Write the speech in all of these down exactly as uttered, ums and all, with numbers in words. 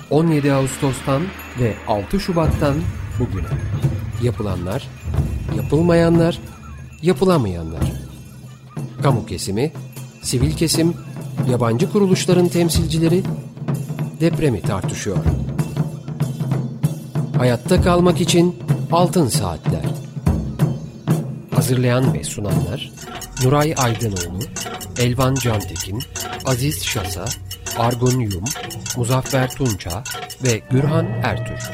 on yedi Ağustos'tan ve altı Şubat'tan bugüne. Yapılanlar, yapılmayanlar, yapılamayanlar. Kamu kesimi, sivil kesim, yabancı kuruluşların temsilcileri depremi tartışıyor. Hayatta kalmak için Altın Saatler. Hazırlayan ve sunanlar Nuray Aydınoğlu, Elvan Cantekin, Aziz Şasa, Argun Yum, Muzaffer Tunça ve Gürhan Ertür.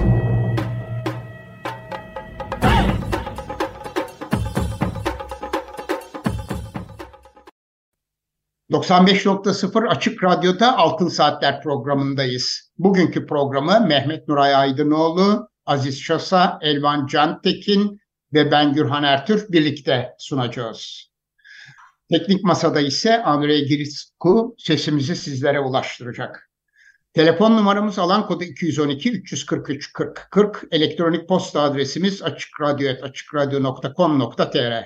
doksan beş nokta sıfır Açık Radyo'da Altın Saatler programındayız. Bugünkü programı Mehmet Nuray Aydınoğlu, Aziz Şasa, Elvan Cantekin ve ben Gürhan Ertür birlikte sunacağız. Teknik masada ise Andrei Girisku sesimizi sizlere ulaştıracak. Telefon numaramız alan kodu iki yüz on iki üç yüz kırk üç kırk kırk. Elektronik posta adresimiz açıkradyo at açıkradyo nokta com nokta tr.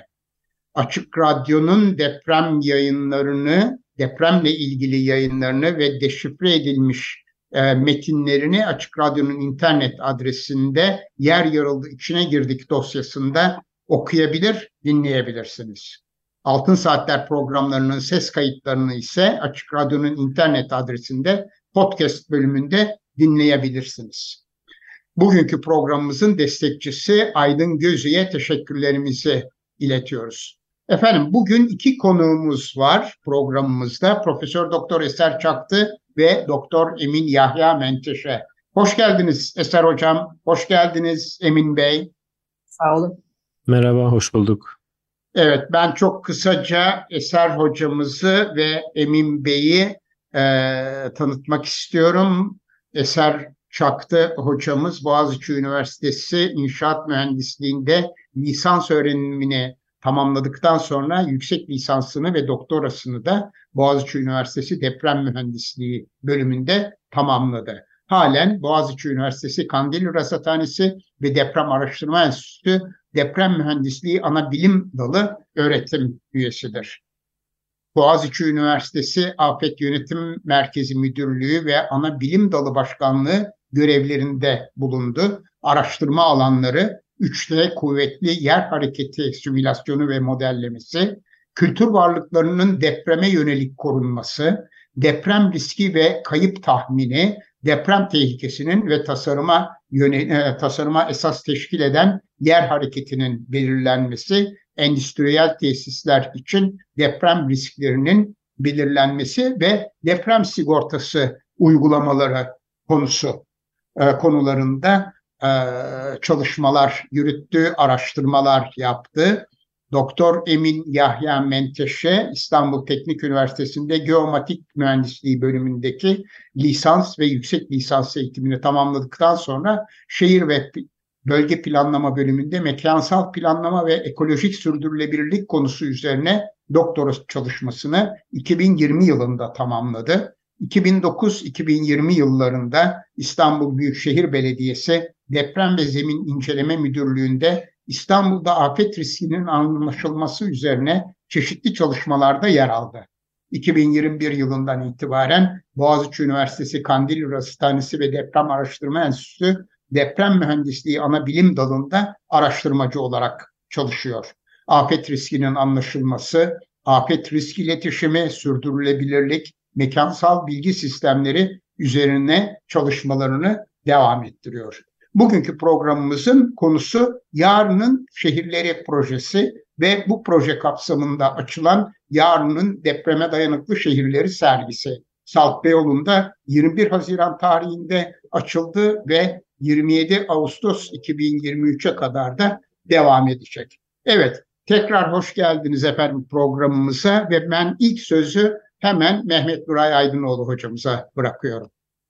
Açık Radyo'nun deprem yayınlarını, depremle ilgili yayınlarını ve deşifre edilmiş e, metinlerini Açık Radyo'nun internet adresinde Yer Yarıldı İçine Girdik dosyasında okuyabilir, dinleyebilirsiniz. Altın Saatler programlarının ses kayıtlarını ise Açık Radyo'nun internet adresinde podcast bölümünde dinleyebilirsiniz. Bugünkü programımızın destekçisi Aydın Gözü'ye teşekkürlerimizi iletiyoruz. Efendim bugün iki konuğumuz var programımızda. Profesör Doktor Eser Çaktı ve Doktor Emin Yahya Menteşe. Hoş geldiniz Eser Hocam. Hoş geldiniz Emin Bey. Sağ olun. Merhaba, hoş bulduk. Evet, ben çok kısaca Eser hocamızı ve Emin Bey'i e, tanıtmak istiyorum. Eser Çaktı hocamız Boğaziçi Üniversitesi İnşaat Mühendisliği'nde lisans öğrenimini tamamladıktan sonra yüksek lisansını ve doktorasını da Boğaziçi Üniversitesi Deprem Mühendisliği bölümünde tamamladı. Halen Boğaziçi Üniversitesi Kandilli Rasathanesi ve Deprem Araştırma Enstitüsü Deprem Mühendisliği Ana Bilim Dalı öğretim üyesidir. Boğaziçi Üniversitesi Afet Yönetim Merkezi Müdürlüğü ve Ana Bilim Dalı Başkanlığı görevlerinde bulundu. Araştırma alanları üç D kuvvetli yer hareketi simülasyonu ve modellemesi, kültür varlıklarının depreme yönelik korunması, deprem riski ve kayıp tahmini, deprem tehlikesinin ve tasarıma yöne, tasarıma esas teşkil eden yer hareketinin belirlenmesi, endüstriyel tesisler için deprem risklerinin belirlenmesi ve deprem sigortası uygulamaları konusu e, konularında e, çalışmalar yürüttü, araştırmalar yaptı. Doktor Emin Yahya Menteşe İstanbul Teknik Üniversitesi'nde Geomatik Mühendisliği bölümündeki lisans ve yüksek lisans eğitimini tamamladıktan sonra şehir ve bölge planlama bölümünde mekansal planlama ve ekolojik sürdürülebilirlik konusu üzerine doktora çalışmasını iki bin yirmi yılında tamamladı. iki bin dokuz iki bin yirmi yıllarında İstanbul Büyükşehir Belediyesi Deprem ve Zemin İnceleme Müdürlüğü'nde İstanbul'da afet riskinin anlaşılması üzerine çeşitli çalışmalarda yer aldı. iki bin yirmi bir yılından itibaren Boğaziçi Üniversitesi Kandilli Rasathanesi ve Deprem Araştırma Enstitüsü Deprem Mühendisliği Ana Bilim Dalı'nda araştırmacı olarak çalışıyor. Afet riskinin anlaşılması, afet risk iletişimi, sürdürülebilirlik, mekansal bilgi sistemleri üzerine çalışmalarını devam ettiriyor. Bugünkü programımızın konusu Yarının Şehirleri projesi ve bu proje kapsamında açılan Yarının Depreme Dayanıklı Şehirleri sergisi. Salt Beyoğlu'nda yirmi bir Haziran tarihinde açıldı ve yirmi yedi Ağustos iki bin yirmi üçe kadar da devam edecek. Evet, tekrar hoş geldiniz efendim programımıza ve ben ilk sözü hemen Mehmet Nuray Aydınoğlu hocamıza bırakıyorum.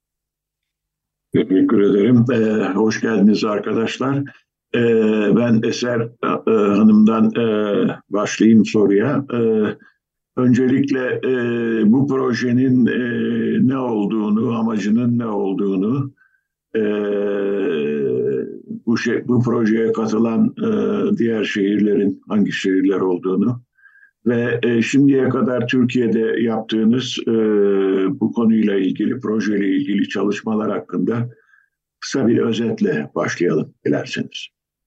Teşekkür ederim. Ee, hoş geldiniz arkadaşlar. Ee, ben Eser e, Hanım'dan e, başlayayım soruya. Ee, öncelikle e, bu projenin e, ne olduğunu, amacının ne olduğunu, e, bu, şey, bu projeye katılan e, diğer şehirlerin hangi şehirler olduğunu ve e, şimdiye kadar Türkiye'de yaptığınız e, bu konuyla ilgili, projeyle ilgili çalışmalar hakkında kısa bir özetle başlayalım dilerseniz.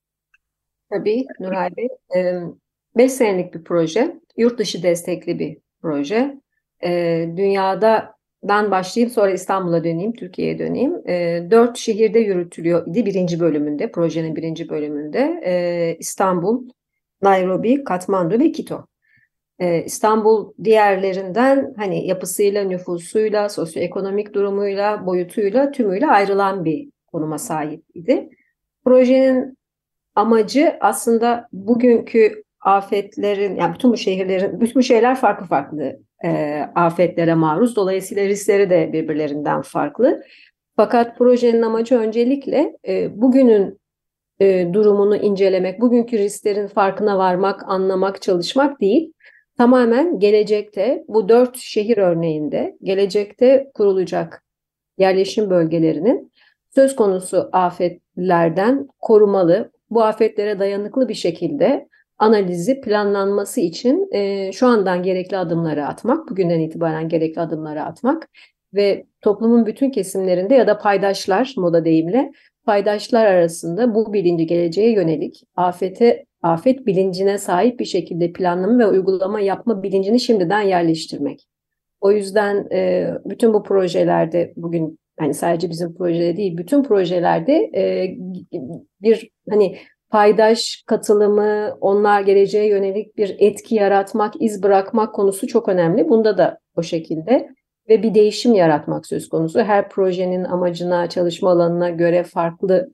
Tabii Nuray Bey. Beş senelik bir proje, yurt dışı destekli bir proje. E, Dünya'dan başlayayım, sonra İstanbul'a döneyim, Türkiye'ye döneyim. E, dört şehirde yürütülüyor idi birinci bölümünde, projenin birinci bölümünde. E, İstanbul, Nairobi, Katmandu ve Quito. Ee, İstanbul diğerlerinden hani yapısıyla, nüfusuyla, sosyoekonomik durumuyla, boyutuyla, tümüyle ayrılan bir konuma sahip idi. Projenin amacı aslında bugünkü afetlerin, yani bütün bu şehirlerin, bütün bu şeyler farklı farklı e, afetlere maruz. Dolayısıyla riskleri de birbirlerinden farklı. Fakat projenin amacı öncelikle e, bugünün e, durumunu incelemek, bugünkü risklerin farkına varmak, anlamak, çalışmak değil. Tamamen gelecekte bu dört şehir örneğinde gelecekte kurulacak yerleşim bölgelerinin söz konusu afetlerden korumalı, bu afetlere dayanıklı bir şekilde analizi, planlanması için e, şu andan gerekli adımları atmak, bugünden itibaren gerekli adımları atmak ve toplumun bütün kesimlerinde ya da paydaşlar, moda deyimle, paydaşlar arasında bu bilinci geleceğe yönelik afete afet bilincine sahip bir şekilde planlama ve uygulama yapma bilincini şimdiden yerleştirmek. O yüzden e, bütün bu projelerde bugün hani sadece bizim projede değil, bütün projelerde e, bir hani paydaş katılımı, onlar geleceğe yönelik bir etki yaratmak, iz bırakmak konusu çok önemli. Bunda da o şekilde ve bir değişim yaratmak söz konusu. Her projenin amacına, çalışma alanına göre farklı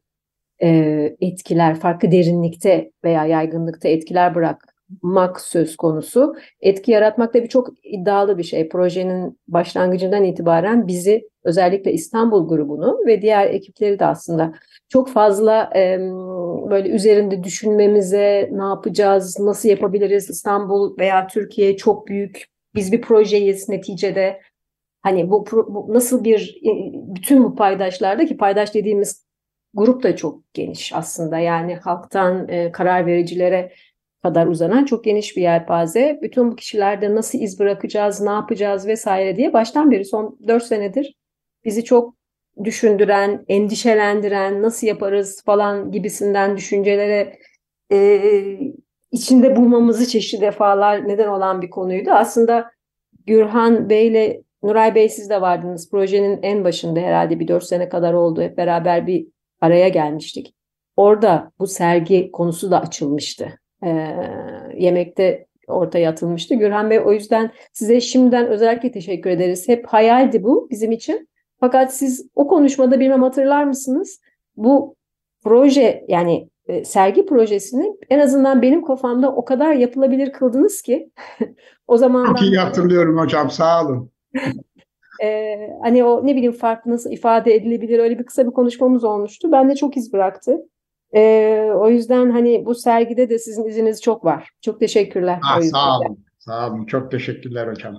etkiler, farklı derinlikte veya yaygınlıkta etkiler bırakmak söz konusu. Etki yaratmak da bir çok iddialı bir şey. Projenin başlangıcından itibaren bizi, özellikle İstanbul grubunu ve diğer ekipleri de aslında çok fazla e, böyle üzerinde düşünmemize, ne yapacağız, nasıl yapabiliriz, İstanbul veya Türkiye çok büyük, biz bir projeyiz neticede. Hani bu, bu nasıl bir, bütün bu paydaşlarda, ki paydaş dediğimiz grup da çok geniş aslında, yani halktan e, karar vericilere kadar uzanan çok geniş bir yelpaze. Bütün bu kişilerde nasıl iz bırakacağız, ne yapacağız vesaire diye baştan beri son dört senedir bizi çok düşündüren, endişelendiren, nasıl yaparız falan gibisinden düşüncelere e, içinde bulmamızı çeşitli defalar neden olan bir konuydu. Aslında Gürhan Bey'le Nuray Bey, siz de vardınız projenin en başında, herhalde bir dört sene kadar oldu. Hep beraber bir araya gelmiştik. Orada bu sergi konusu da açılmıştı. Ee, yemekte ortaya atılmıştı. Gürhan Bey, o yüzden size şimdiden özellikle teşekkür ederiz. Hep hayaldi bu bizim için. Fakat siz o konuşmada, bilmem hatırlar mısınız? Bu proje, yani e, sergi projesini en azından benim kafamda o kadar yapılabilir kıldınız ki o zamandan... Çok iyi hatırlıyorum hocam, sağ olun. Ee, hani o ne bileyim farklı nasıl ifade edilebilir, öyle bir kısa bir konuşmamız olmuştu. Ben de çok iz bıraktı. Ee, o yüzden hani bu sergide de sizin iziniz çok var. Çok teşekkürler. Ah, o yüzden. sağ olun. Sağ olun. Çok teşekkürler hocam.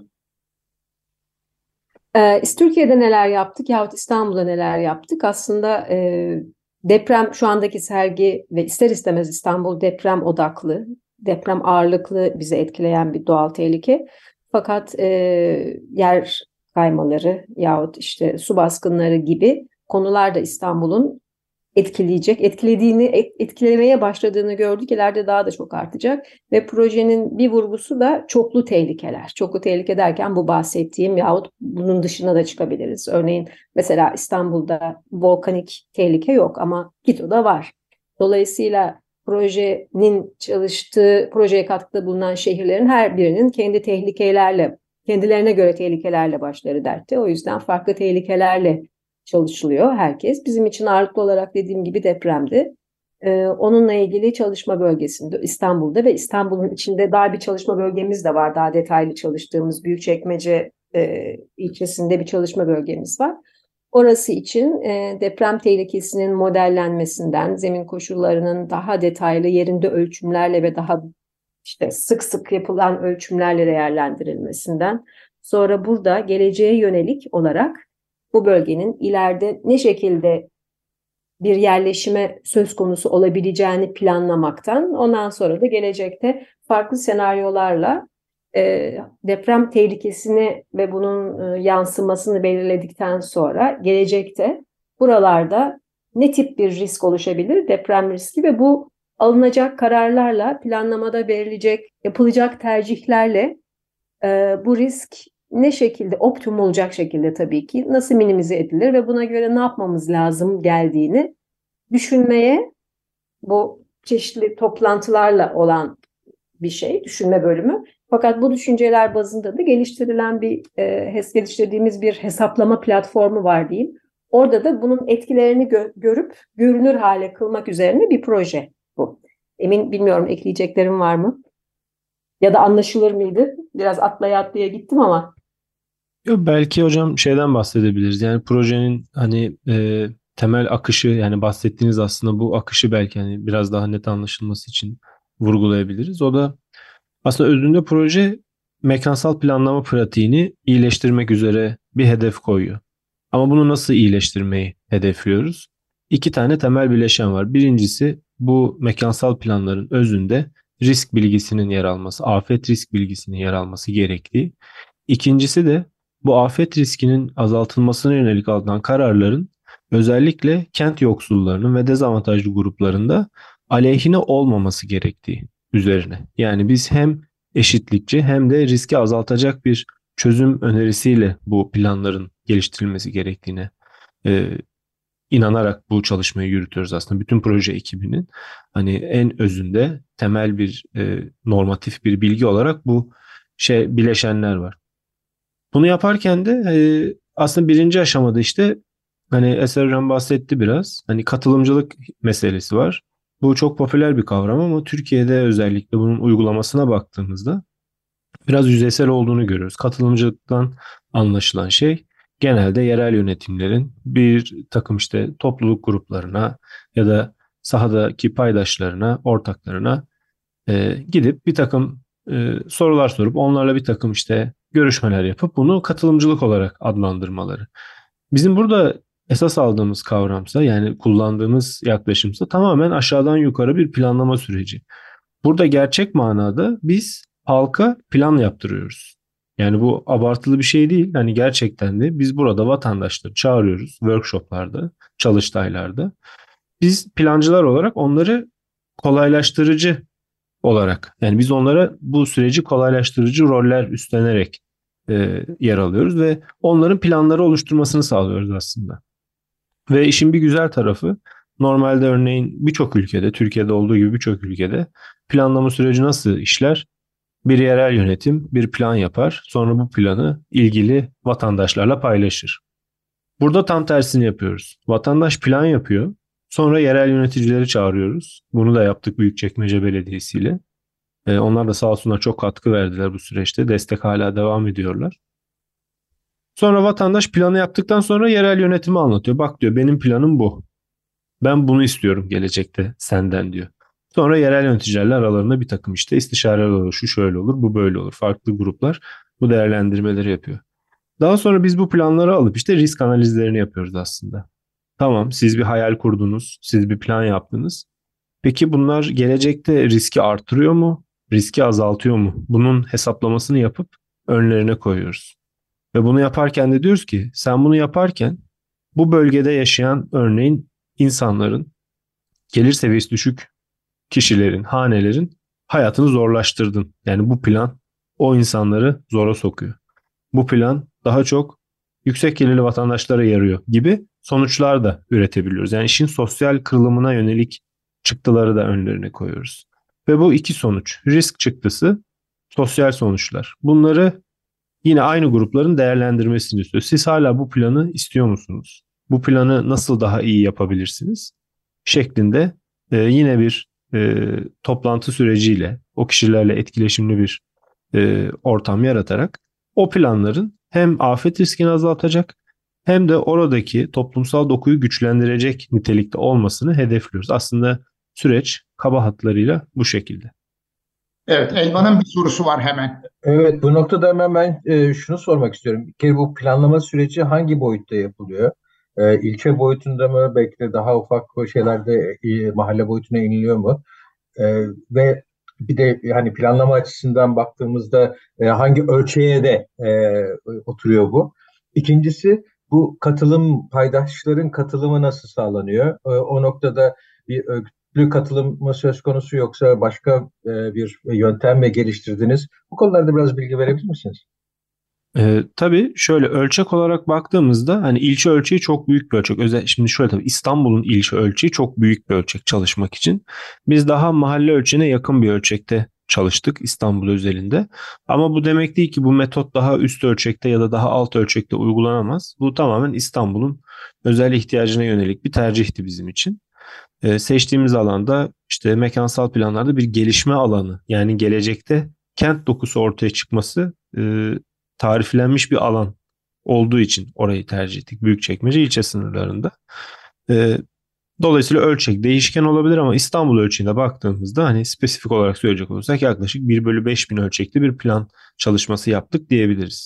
Ee, Türkiye'de neler yaptık yahut İstanbul'da neler yaptık? Aslında e, deprem, şu andaki sergi ve ister istemez İstanbul deprem odaklı, deprem ağırlıklı bizi etkileyen bir doğal tehlike. Fakat e, yer kaymaları yahut işte su baskınları gibi konular da İstanbul'un etkileyecek, etkilediğini, etkilemeye başladığını gördük. İleride daha da çok artacak ve projenin bir vurgusu da çoklu tehlikeler. Çoklu tehlike derken bu bahsettiğim yahut bunun dışına da çıkabiliriz. Örneğin mesela İstanbul'da volkanik tehlike yok ama Quito'da var. Dolayısıyla projenin çalıştığı, projeye katkıda bulunan şehirlerin her birinin kendi tehlikelerle, kendilerine göre tehlikelerle başları dertte. O yüzden farklı tehlikelerle çalışılıyor herkes. Bizim için ağırlıklı olarak dediğim gibi depremdi. Ee, onunla ilgili çalışma bölgesinde İstanbul'da ve İstanbul'un içinde daha bir çalışma bölgemiz de var. Daha detaylı çalıştığımız Büyükçekmece e, ilçesinde bir çalışma bölgemiz var. Orası için e, deprem tehlikesinin modellenmesinden, zemin koşullarının daha detaylı yerinde ölçümlerle ve daha işte sık sık yapılan ölçümlerle değerlendirilmesinden, sonra burada geleceğe yönelik olarak bu bölgenin ileride ne şekilde bir yerleşime söz konusu olabileceğini planlamaktan, ondan sonra da gelecekte farklı senaryolarla e, deprem tehlikesini ve bunun e, yansımasını belirledikten sonra gelecekte buralarda ne tip bir risk oluşabilir? Deprem riski ve bu alınacak kararlarla, planlamada verilecek, yapılacak tercihlerle e, bu risk ne şekilde, optimum olacak şekilde tabii ki nasıl minimize edilir ve buna göre ne yapmamız lazım geldiğini düşünmeye, bu çeşitli toplantılarla olan bir şey, düşünme bölümü. Fakat bu düşünceler bazında da geliştirilen bir, e, hes- geliştirdiğimiz bir hesaplama platformu var diyeyim. Orada da bunun etkilerini gö- görüp görünür hale kılmak üzerine bir proje bu. Emin, bilmiyorum ekleyeceklerim var mı? Ya da anlaşılır mıydı? Biraz atlaya atlaya gittim ama. Yo, belki hocam şeyden bahsedebiliriz. Yani projenin hani e, temel akışı, yani bahsettiğiniz aslında bu akışı belki hani biraz daha net anlaşılması için vurgulayabiliriz. O da aslında özünde proje mekansal planlama pratiğini iyileştirmek üzere bir hedef koyuyor. Ama bunu nasıl iyileştirmeyi hedefliyoruz? İki tane temel bileşen var. Birincisi, bu mekansal planların özünde risk bilgisinin yer alması, afet risk bilgisinin yer alması gerektiği. İkincisi de bu afet riskinin azaltılmasına yönelik alınan kararların özellikle kent yoksullarının ve dezavantajlı gruplarında aleyhine olmaması gerektiği üzerine. Yani biz hem eşitlikçi hem de riski azaltacak bir çözüm önerisiyle bu planların geliştirilmesi gerektiğine e, inanarak bu çalışmayı yürütüyoruz aslında. Bütün proje ekibinin hani en özünde temel bir e, normatif bir bilgi olarak bu şey bileşenler var. Bunu yaparken de e, aslında birinci aşamada işte hani Eser Hocam bahsetti biraz. Hani katılımcılık meselesi var. Bu çok popüler bir kavram ama Türkiye'de özellikle bunun uygulamasına baktığımızda biraz yüzeysel olduğunu görüyoruz. Katılımcılıktan anlaşılan şey genelde yerel yönetimlerin bir takım işte topluluk gruplarına ya da sahadaki paydaşlarına, ortaklarına e, gidip bir takım e, sorular sorup onlarla bir takım işte görüşmeler yapıp bunu katılımcılık olarak adlandırmaları. Bizim burada esas aldığımız kavramsa, yani kullandığımız yaklaşımsa tamamen aşağıdan yukarı bir planlama süreci. Burada gerçek manada biz halka plan yaptırıyoruz. Yani bu abartılı bir şey değil. Hani gerçekten de biz burada vatandaşları çağırıyoruz workshoplarda, çalıştaylarda. Biz plancılar olarak onları kolaylaştırıcı olarak, yani biz onlara bu süreci kolaylaştırıcı roller üstlenerek e, yer alıyoruz ve onların planları oluşturmasını sağlıyoruz aslında. Ve işin bir güzel tarafı, normalde örneğin birçok ülkede, Türkiye'de olduğu gibi birçok ülkede planlama süreci nasıl işler? Bir yerel yönetim bir plan yapar, sonra bu planı ilgili vatandaşlarla paylaşır. Burada tam tersini yapıyoruz. Vatandaş plan yapıyor, sonra yerel yöneticileri çağırıyoruz. Bunu da yaptık Büyükçekmece Belediyesi ile. Ee, onlar da sağ olsunlar çok katkı verdiler bu süreçte. Destek hala devam ediyorlar. Sonra vatandaş planı yaptıktan sonra yerel yönetimi anlatıyor. Bak diyor, benim planım bu. Ben bunu istiyorum gelecekte senden diyor. Sonra yerel yöneticilerle aralarında bir takım işte istişareler olur. Şu şöyle olur, bu böyle olur. Farklı gruplar bu değerlendirmeleri yapıyor. Daha sonra biz bu planları alıp işte risk analizlerini yapıyoruz aslında. Tamam, siz bir hayal kurdunuz, siz bir plan yaptınız. Peki bunlar gelecekte riski artırıyor mu? Riski azaltıyor mu? Bunun hesaplamasını yapıp önlerine koyuyoruz. Ve bunu yaparken de diyoruz ki sen bunu yaparken bu bölgede yaşayan örneğin insanların, gelir seviyesi düşük kişilerin, hanelerin hayatını zorlaştırdın. Yani bu plan o insanları zora sokuyor. Bu plan daha çok yüksek gelirli vatandaşlara yarıyor gibi sonuçlar da üretebiliyoruz. Yani işin sosyal kırılımına yönelik çıktıları da önlerine koyuyoruz. Ve bu iki sonuç, risk çıktısı, sosyal sonuçlar. Bunları yine aynı grupların değerlendirmesini istiyor. Siz hala bu planı istiyor musunuz? Bu planı nasıl daha iyi yapabilirsiniz? Şeklinde e, yine bir e, toplantı süreciyle, o kişilerle etkileşimli bir e, ortam yaratarak o planların hem afet riskini azaltacak hem de oradaki toplumsal dokuyu güçlendirecek nitelikte olmasını hedefliyoruz. Aslında süreç kaba hatlarıyla bu şekilde. Evet, Elvan'ın bir sorusu var hemen. Evet, bu noktada hemen ben e, şunu sormak istiyorum. Bir kere bu planlama süreci hangi boyutta yapılıyor? E, ilçe boyutunda mı? Belki de daha ufak şeylerde e, mahalle boyutuna iniliyor mu? E, ve bir de yani planlama açısından baktığımızda e, hangi ölçeğe de e, oturuyor bu? İkincisi, bu katılım, paydaşların katılımı nasıl sağlanıyor? E, o noktada bir örgütlü katılım mı söz konusu, yoksa başka e, bir yöntem mi geliştirdiniz? Bu konularda biraz bilgi verebilir misiniz? Ee, tabii şöyle ölçek olarak baktığımızda hani ilçe ölçeği çok büyük bir ölçek. Özel, şimdi şöyle tabii İstanbul'un ilçe ölçeği çok büyük bir ölçek çalışmak için. Biz daha mahalle ölçeğine yakın bir ölçekte çalıştık İstanbul özelinde. Ama bu demek değil ki bu metot daha üst ölçekte ya da daha alt ölçekte uygulanamaz. Bu tamamen İstanbul'un özel ihtiyacına yönelik bir tercihti bizim için. Ee, seçtiğimiz alanda işte mekansal planlarda bir gelişme alanı, yani gelecekte kent dokusu ortaya çıkması e, tariflenmiş bir alan olduğu için orayı tercih ettik. Büyükçekmece ilçe sınırlarında. E, Dolayısıyla ölçek değişken olabilir ama İstanbul ölçeğine baktığımızda hani spesifik olarak söyleyecek olursak yaklaşık bir bölü beş bin ölçekli bir plan çalışması yaptık diyebiliriz.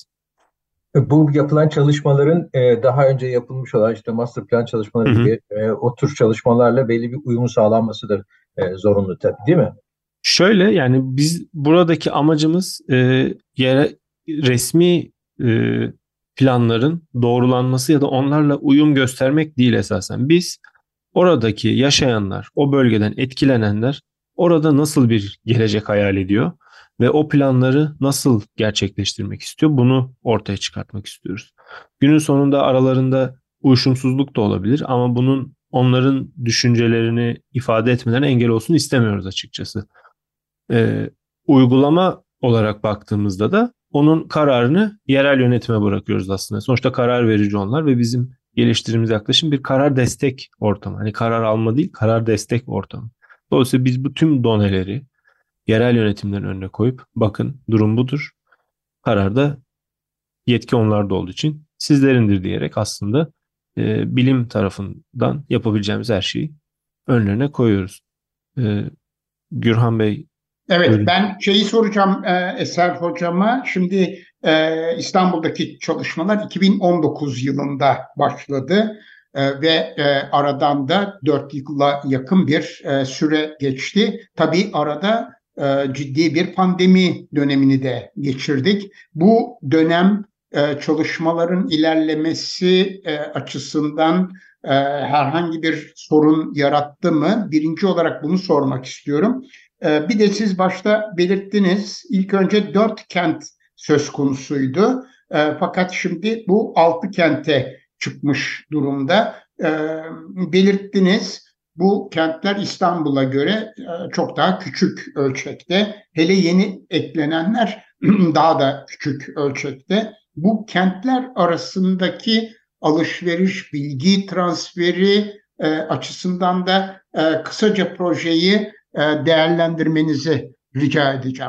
Bu yapılan çalışmaların e, daha önce yapılmış olan işte master plan çalışmaları Hı hı. gibi e, o tür çalışmalarla belli bir uyumu sağlanmasıdır e, zorunlu tabii, değil mi? Şöyle yani biz buradaki amacımız e, yere resmi e, planların doğrulanması ya da onlarla uyum göstermek değil esasen. Biz oradaki yaşayanlar, o bölgeden etkilenenler orada nasıl bir gelecek hayal ediyor ve o planları nasıl gerçekleştirmek istiyor, bunu ortaya çıkartmak istiyoruz. Günün sonunda aralarında uyuşumsuzluk da olabilir ama bunun onların düşüncelerini ifade etmelerine engel olsun istemiyoruz açıkçası. Ee, Uygulama olarak baktığımızda da onun kararını yerel yönetime bırakıyoruz aslında. Sonuçta karar verici onlar ve bizim geliştirdiğimiz yaklaşım bir karar destek ortamı. Hani karar alma değil, karar destek ortamı. Dolayısıyla biz bu tüm doneleri yerel yönetimlerin önüne koyup bakın durum budur. Kararda yetki onlarda olduğu için sizlerindir diyerek aslında e, bilim tarafından yapabileceğimiz her şeyi önlerine koyuyoruz. E, Gürhan Bey, Evet, buyurun. ben şeyi soracağım e, Eser hocama. Şimdi e, İstanbul'daki çalışmalar iki bin on dokuz yılında başladı e, ve e, aradan da dört yıla yakın bir e, süre geçti. Tabii arada e, ciddi bir pandemi dönemini de geçirdik. Bu dönem e, çalışmaların ilerlemesi e, açısından e, herhangi bir sorun yarattı mı? Birinci olarak bunu sormak istiyorum. Bir de siz başta belirttiniz, ilk önce dört kent söz konusuydu. Fakat şimdi bu altı kente çıkmış durumda. Belirttiniz, bu kentler İstanbul'a göre çok daha küçük ölçekte. Hele yeni eklenenler daha da küçük ölçekte. Bu kentler arasındaki alışveriş, bilgi transferi açısından da kısaca projeyi değerlendirmenizi rica edeceğim.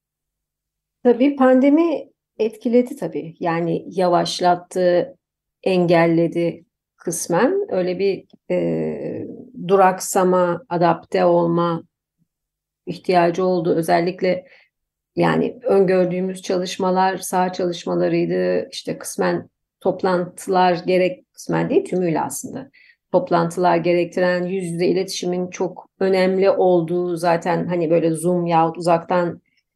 Tabii pandemi etkiledi tabii. Yani yavaşlattı, engelledi kısmen. Öyle bir e, duraksama, adapte olma ihtiyacı oldu. Özellikle yani öngördüğümüz çalışmalar saha çalışmalarıydı. İşte kısmen toplantılar gerek, kısmen değil tümüyle aslında. Toplantılar gerektiren yüz yüze iletişimin çok önemli olduğu, zaten hani böyle Zoom yahut uzaktan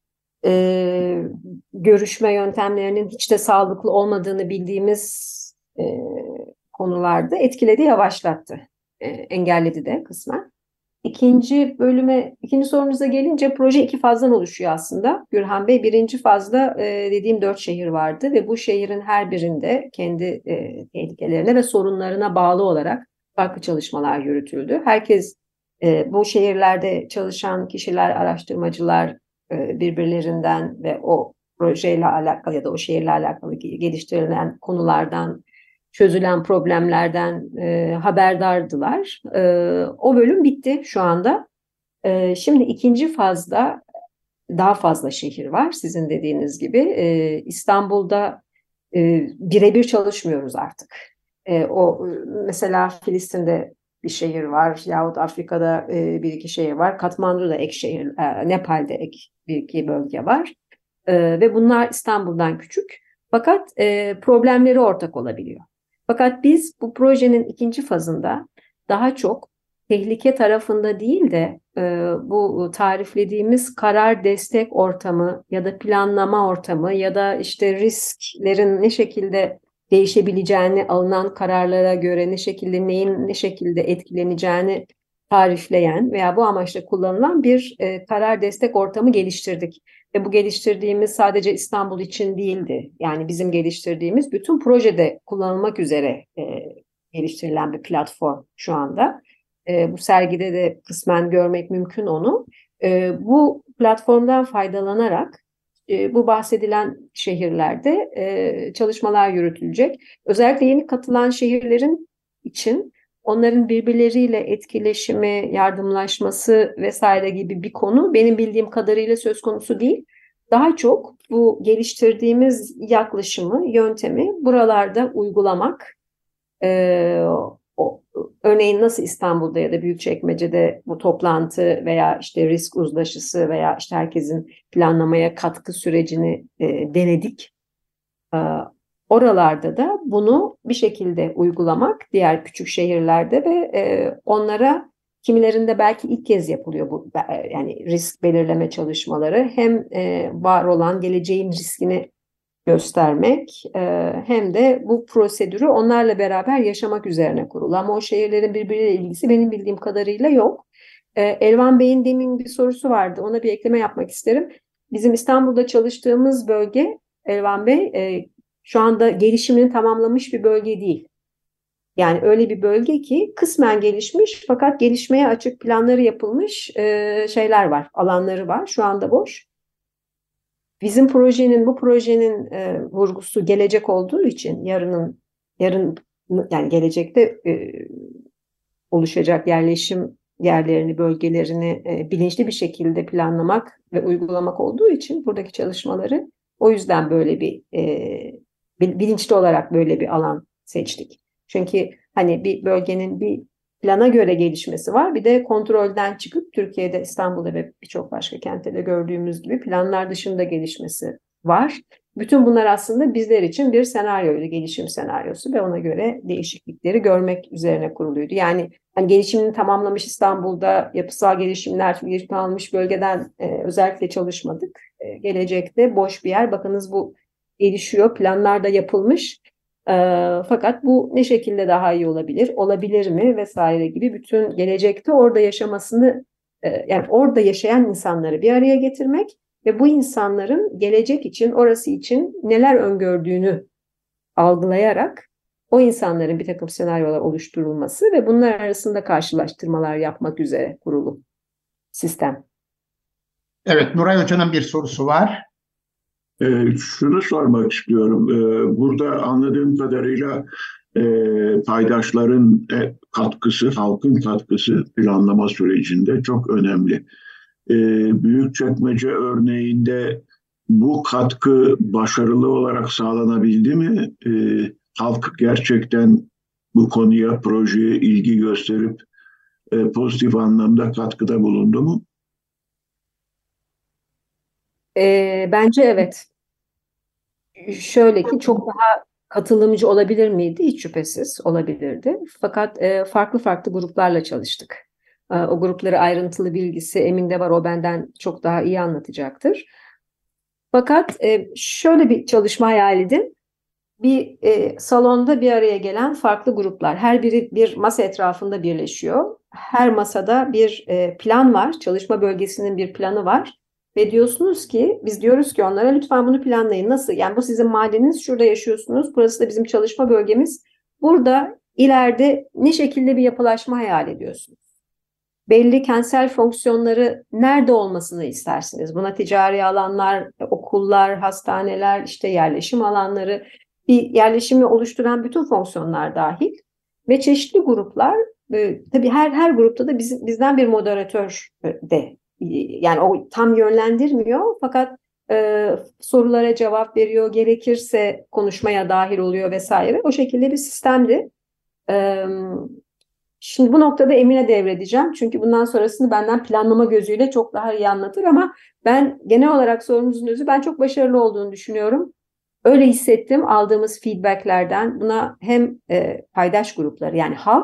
e, görüşme yöntemlerinin hiç de sağlıklı olmadığını bildiğimiz e, konularda etkiledi, yavaşlattı. E, engelledi de kısmen. İkinci bölüme, ikinci sorunuza gelince proje iki fazdan oluşuyor aslında. Gürhan Bey, birinci fazda e, dediğim dört şehir vardı ve bu şehrin her birinde kendi e, tehlikelerine ve sorunlarına bağlı olarak farklı çalışmalar yürütüldü. Herkes e, bu şehirlerde çalışan kişiler, araştırmacılar e, birbirlerinden ve o projeyle alakalı ya da o şehirle alakalı geliştirilen konulardan, çözülen problemlerden e, haberdardılar. E, o bölüm bitti şu anda. E, şimdi ikinci fazda daha fazla şehir var sizin dediğiniz gibi. E, İstanbul'da e, birebir çalışmıyoruz artık. E, o mesela Filistin'de bir şehir var yahut Afrika'da e, bir iki şehir var. Katmandu'da ek şehir, e, Nepal'de ek bir iki bölge var. E, ve bunlar İstanbul'dan küçük. Fakat e, problemleri ortak olabiliyor. Fakat biz bu projenin ikinci fazında daha çok tehlike tarafında değil de e, bu tariflediğimiz karar destek ortamı ya da planlama ortamı ya da işte risklerin ne şekilde değişebileceğini, alınan kararlara göre ne şekilde neyin ne şekilde etkileneceğini tarifleyen veya bu amaçla kullanılan bir e, karar destek ortamı geliştirdik. Ve bu geliştirdiğimiz sadece İstanbul için değildi. Yani bizim geliştirdiğimiz bütün projede kullanılmak üzere e, geliştirilen bir platform şu anda. E, bu sergide de kısmen görmek mümkün onu. E, bu platformdan faydalanarak e, bu bahsedilen şehirlerde e, çalışmalar yürütülecek. Özellikle yeni katılan şehirlerin için onların birbirleriyle etkileşimi, yardımlaşması vesaire gibi bir konu benim bildiğim kadarıyla söz konusu değil. Daha çok bu geliştirdiğimiz yaklaşımı, yöntemi buralarda uygulamak, e, o, örneğin nasıl İstanbul'da ya da Büyükçekmece'de bu toplantı veya işte risk uzlaşısı veya işte herkesin planlamaya katkı sürecini e, denedik. E, oralarda da bunu bir şekilde uygulamak diğer küçük şehirlerde ve e, onlara kimilerinde belki ilk kez yapılıyor bu yani risk belirleme çalışmaları hem e, var olan geleceğin riskini göstermek e, hem de bu prosedürü onlarla beraber yaşamak üzerine kurulu. Ama o şehirlerin birbiriyle ilgisi benim bildiğim kadarıyla yok. E, Elvan Bey'in demin bir sorusu vardı. Ona bir ekleme yapmak isterim. Bizim İstanbul'da çalıştığımız bölge Elvan Bey e, şu anda gelişimini tamamlamış bir bölge değil. Yani öyle bir bölge ki kısmen gelişmiş fakat gelişmeye açık planları yapılmış e, şeyler var, alanları var. Şu anda boş. Bizim projenin, bu projenin e, vurgusu gelecek olduğu için yarının, yarın yani gelecekte e, oluşacak yerleşim yerlerini, bölgelerini e, bilinçli bir şekilde planlamak ve uygulamak olduğu için buradaki çalışmaları o yüzden böyle bir e, bilinçli olarak böyle bir alan seçtik. Çünkü hani bir bölgenin bir plana göre gelişmesi var. Bir de kontrolden çıkıp Türkiye'de, İstanbul'da ve birçok başka kentte de gördüğümüz gibi planlar dışında gelişmesi var. Bütün bunlar aslında bizler için bir senaryoydu, gelişim senaryosu ve ona göre değişiklikleri görmek üzerine kuruluydu. Yani hani gelişimini tamamlamış İstanbul'da yapısal gelişimler, gelişim tamamlamış bölgeden e, özellikle çalışmadık. E, gelecekte boş bir yer. Bakınız bu gelişiyor, planlar da yapılmış. E, fakat bu ne şekilde daha iyi olabilir, olabilir mi vesaire gibi bütün gelecekte orada yaşamasını, e, yani orada yaşayan insanları bir araya getirmek ve bu insanların gelecek için, orası için neler öngördüğünü algılayarak o insanların bir takım senaryolar oluşturulması ve bunlar arasında karşılaştırmalar yapmak üzere kurulu sistem. Evet, Nuray Hoca'nın bir sorusu var. Ee, şunu sormak istiyorum. Ee, burada anladığım kadarıyla e, paydaşların e, katkısı, halkın katkısı planlama sürecinde çok önemli. Ee, Büyükçekmece örneğinde bu katkı başarılı olarak sağlanabildi mi? Ee, halk gerçekten bu konuya, projeye ilgi gösterip e, pozitif anlamda katkıda bulundu mu? E, bence evet. Şöyle ki çok daha katılımcı olabilir miydi? Hiç şüphesiz olabilirdi. Fakat e, farklı farklı gruplarla çalıştık. E, o grupları ayrıntılı bilgisi Emin'de var. O benden çok daha iyi anlatacaktır. Fakat e, şöyle bir çalışma hayal edin. Bir e, salonda bir araya gelen farklı gruplar. Her biri bir masa etrafında birleşiyor. Her masada bir e, plan var. Çalışma bölgesinin bir planı var. Ve diyorsunuz ki, biz diyoruz ki onlara lütfen bunu planlayın. Nasıl? Yani bu sizin mahalleniz, şurada yaşıyorsunuz. Burası da bizim çalışma bölgemiz. Burada ileride ne şekilde bir yapılaşma hayal ediyorsunuz? Belli kentsel fonksiyonları nerede olmasını istersiniz? Buna ticari alanlar, okullar, hastaneler, işte yerleşim alanları, bir yerleşimi oluşturan bütün fonksiyonlar dahil ve çeşitli gruplar, e, tabii her her grupta da biz, bizden bir moderatör de, yani o tam yönlendirmiyor fakat e, sorulara cevap veriyor, gerekirse konuşmaya dahil oluyor vesaire. O şekilde bir sistemdi. E, şimdi bu noktada Emine devredeceğim çünkü bundan sonrasını benden planlama gözüyle çok daha iyi anlatır ama ben genel olarak sorunuzun özü, ben çok başarılı olduğunu düşünüyorum. Öyle hissettim aldığımız feedbacklerden. Buna hem e, paydaş grupları yani halk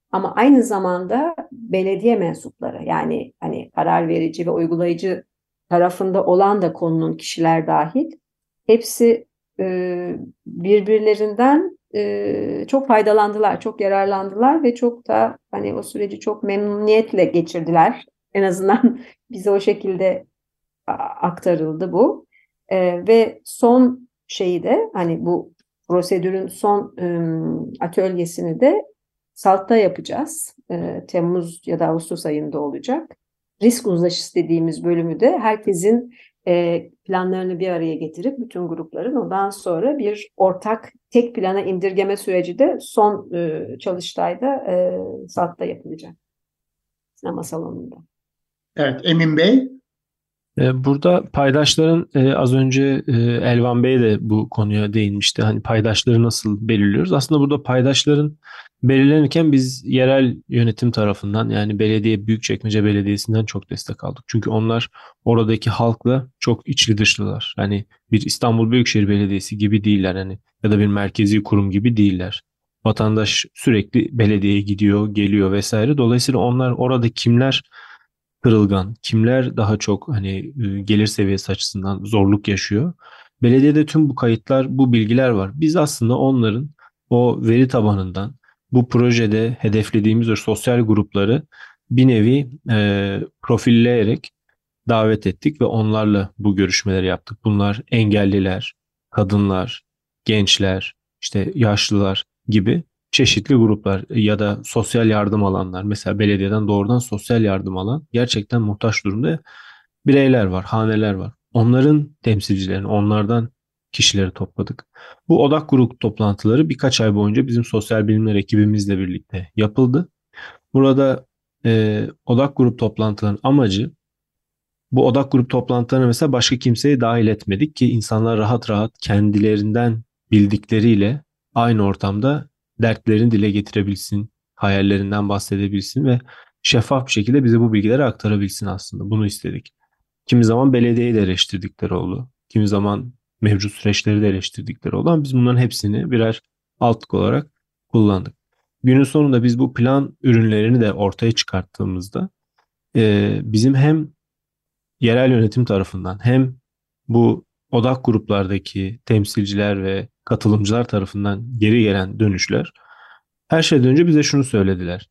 Ama aynı zamanda belediye mensupları, yani hani karar verici ve uygulayıcı tarafında olan da konunun kişiler dahil, hepsi e, birbirlerinden e, çok faydalandılar, çok yararlandılar ve çok da hani o süreci çok memnuniyetle geçirdiler. En azından bize o şekilde a- aktarıldı bu. E, ve son şeyi de hani bu prosedürün son e, atölyesini de Salt'ta yapacağız. E, Temmuz ya da Ağustos ayında olacak. Risk uzlaşısı dediğimiz bölümü de herkesin e, planlarını bir araya getirip bütün grupların ondan sonra bir ortak tek plana indirgeme süreci de son e, çalıştayda e, Salt'ta yapılacak. Sinema salonunda. Evet, Emin Bey. E, Burada paydaşların e, az önce e, Elvan Bey de bu konuya değinmişti. Hani paydaşları nasıl belirliyoruz? Aslında burada paydaşların belirlenirken biz yerel yönetim tarafından, yani belediye, Büyükçekmece Belediyesi'nden çok destek aldık. Çünkü onlar oradaki halkla çok içli dışlılar. Hani bir İstanbul Büyükşehir Belediyesi gibi değiller, hani ya da bir merkezi kurum gibi değiller. Vatandaş sürekli belediyeye gidiyor, geliyor vesaire. Dolayısıyla onlar orada kimler kırılgan, kimler daha çok hani e, gelir seviyesi açısından zorluk yaşıyor. Belediyede tüm bu kayıtlar, bu bilgiler var. Biz aslında onların o veri tabanından bu projede hedeflediğimiz o sosyal grupları bir nevi e, profilleyerek davet ettik ve onlarla bu görüşmeleri yaptık. Bunlar engelliler, kadınlar, gençler, işte yaşlılar gibi çeşitli gruplar ya da sosyal yardım alanlar. Mesela belediyeden doğrudan sosyal yardım alan gerçekten muhtaç durumda bireyler var, haneler var. Onların temsilcilerini, onlardan kişileri topladık. Bu odak grup toplantıları birkaç ay boyunca bizim sosyal bilimler ekibimizle birlikte yapıldı. Burada e, odak grup toplantılarının amacı, bu odak grup toplantılarına mesela başka kimseyi dahil etmedik ki insanlar rahat rahat kendilerinden bildikleriyle aynı ortamda dertlerini dile getirebilsin, hayallerinden bahsedebilsin ve şeffaf bir şekilde bize bu bilgileri aktarabilsin aslında. Bunu istedik. Kimi zaman belediyeyi de eleştirdikleri oldu. Kimi zaman mevcut süreçleri de eleştirdikleri oldu ama biz bunların hepsini birer altlık olarak kullandık. Günün sonunda biz bu plan ürünlerini de ortaya çıkarttığımızda e, bizim hem yerel yönetim tarafından hem bu odak gruplardaki temsilciler ve katılımcılar tarafından geri gelen dönüşler, her şeyden önce bize şunu söylediler.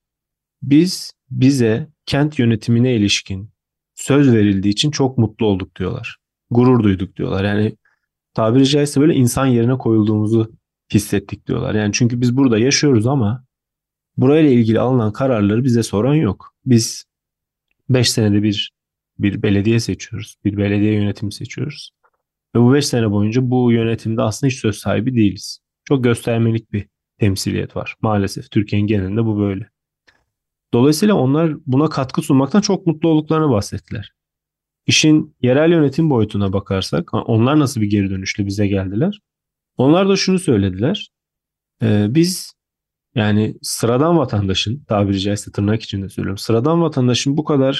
Biz bize kent yönetimine ilişkin söz verildiği için çok mutlu olduk diyorlar. Gurur duyduk diyorlar. Yani tabiri caizse böyle insan yerine koyulduğumuzu hissettik diyorlar. Yani çünkü biz burada yaşıyoruz ama burayla ilgili alınan kararları bize soran yok. Biz beş senede bir bir belediye seçiyoruz. Bir belediye yönetimi seçiyoruz. Ve bu beş sene boyunca bu yönetimde aslında hiç söz sahibi değiliz. Çok göstermelik bir temsiliyet var. Maalesef Türkiye'nin genelinde bu böyle. Dolayısıyla onlar buna katkı sunmaktan çok mutlu olduklarını bahsettiler. İşin yerel yönetim boyutuna bakarsak, onlar nasıl bir geri dönüşle bize geldiler? Onlar da şunu söylediler. E, biz yani sıradan vatandaşın, tabiri caizse tırnak içinde söylüyorum, sıradan vatandaşın bu kadar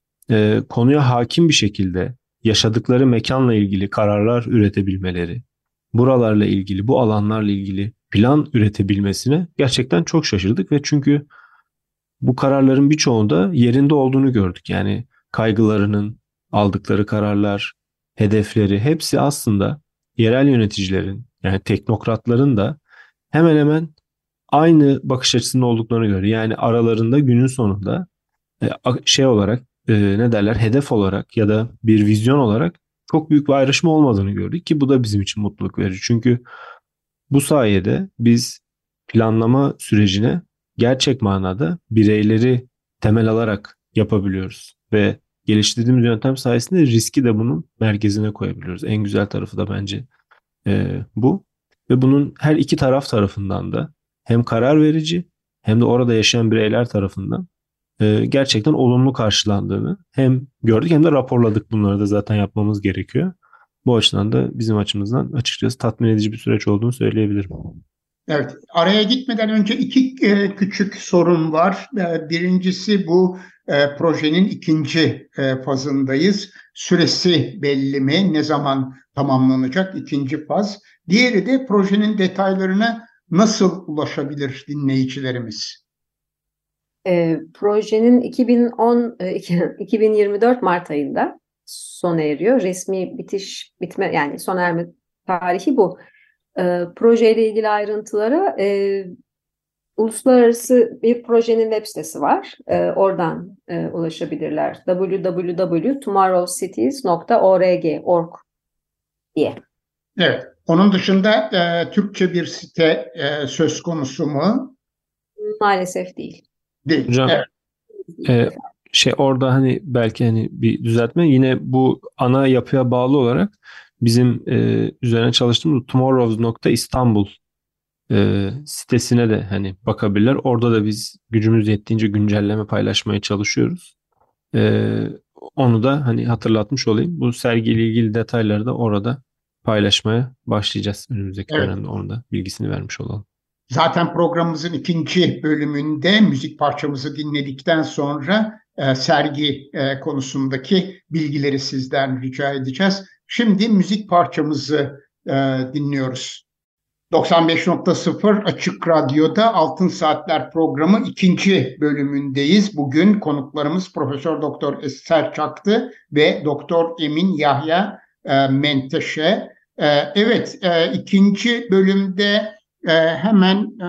e, konuya hakim bir şekilde yaşadıkları mekanla ilgili kararlar üretebilmeleri, buralarla ilgili, bu alanlarla ilgili plan üretebilmesine gerçekten çok şaşırdık ve çünkü bu kararların birçoğunda yerinde olduğunu gördük. Yani kaygılarının, aldıkları kararlar, hedefleri hepsi aslında yerel yöneticilerin, yani teknokratların da hemen hemen aynı bakış açısında olduklarını gördük. Yani aralarında günün sonunda e, şey olarak, e, ne derler, hedef olarak ya da bir vizyon olarak çok büyük bir ayrışma olmadığını gördük ki bu da bizim için mutluluk verici. Çünkü bu sayede biz planlama sürecine gerçek manada bireyleri temel alarak yapabiliyoruz ve geliştirdiğimiz yöntem sayesinde riski de bunun merkezine koyabiliyoruz. En güzel tarafı da bence e, bu ve bunun her iki taraf tarafından da, hem karar verici hem de orada yaşayan bireyler tarafından e, gerçekten olumlu karşılandığını hem gördük hem de raporladık. Bunları da zaten yapmamız gerekiyor. Bu açıdan da bizim açımızdan açıkçası tatmin edici bir süreç olduğunu söyleyebilirim. Evet, araya gitmeden önce iki e, küçük sorun var. E, birincisi bu e, projenin ikinci e, fazındayız. Süresi belli mi? Ne zaman tamamlanacak ikinci faz? Diğeri de projenin detaylarına nasıl ulaşabilir dinleyicilerimiz? E, projenin iki bin on e, iki bin yirmi dört Mart ayında sona eriyor. Resmi bitiş bitme yani sona erme tarihi bu. E, projeyle ilgili ayrıntılara e, uluslararası bir projenin web sitesi var. E, oradan e, ulaşabilirler. double-u double-u double-u nokta tomorrow cities nokta org org diye. Evet. Onun dışında e, Türkçe bir site e, söz konusu mu? Maalesef değil. Değil. Hocam Evet. e, şey orada hani belki hani bir düzeltme yine bu ana yapıya bağlı olarak bizim e, üzerine çalıştığımız tomorrows nokta istanbul e, sitesine de hani bakabilirler. Orada da biz gücümüz yettiğince güncelleme paylaşmaya çalışıyoruz. E, onu da hani hatırlatmış olayım. Bu sergiyle ilgili detayları da orada paylaşmaya başlayacağız önümüzdeki Evet. dönemde. Onu da bilgisini vermiş olalım. Zaten programımızın ikinci bölümünde müzik parçamızı dinledikten sonra e, sergi e, konusundaki bilgileri sizden rica edeceğiz. Şimdi müzik parçamızı e, dinliyoruz. doksan beş nokta sıfır Açık Radyo'da Altın Saatler programı ikinci bölümündeyiz. Bugün konuklarımız Profesör Doktor Eser Çaktı ve Doktor Emin Yahya e, Menteşe. E, evet, e, ikinci bölümde e, hemen e,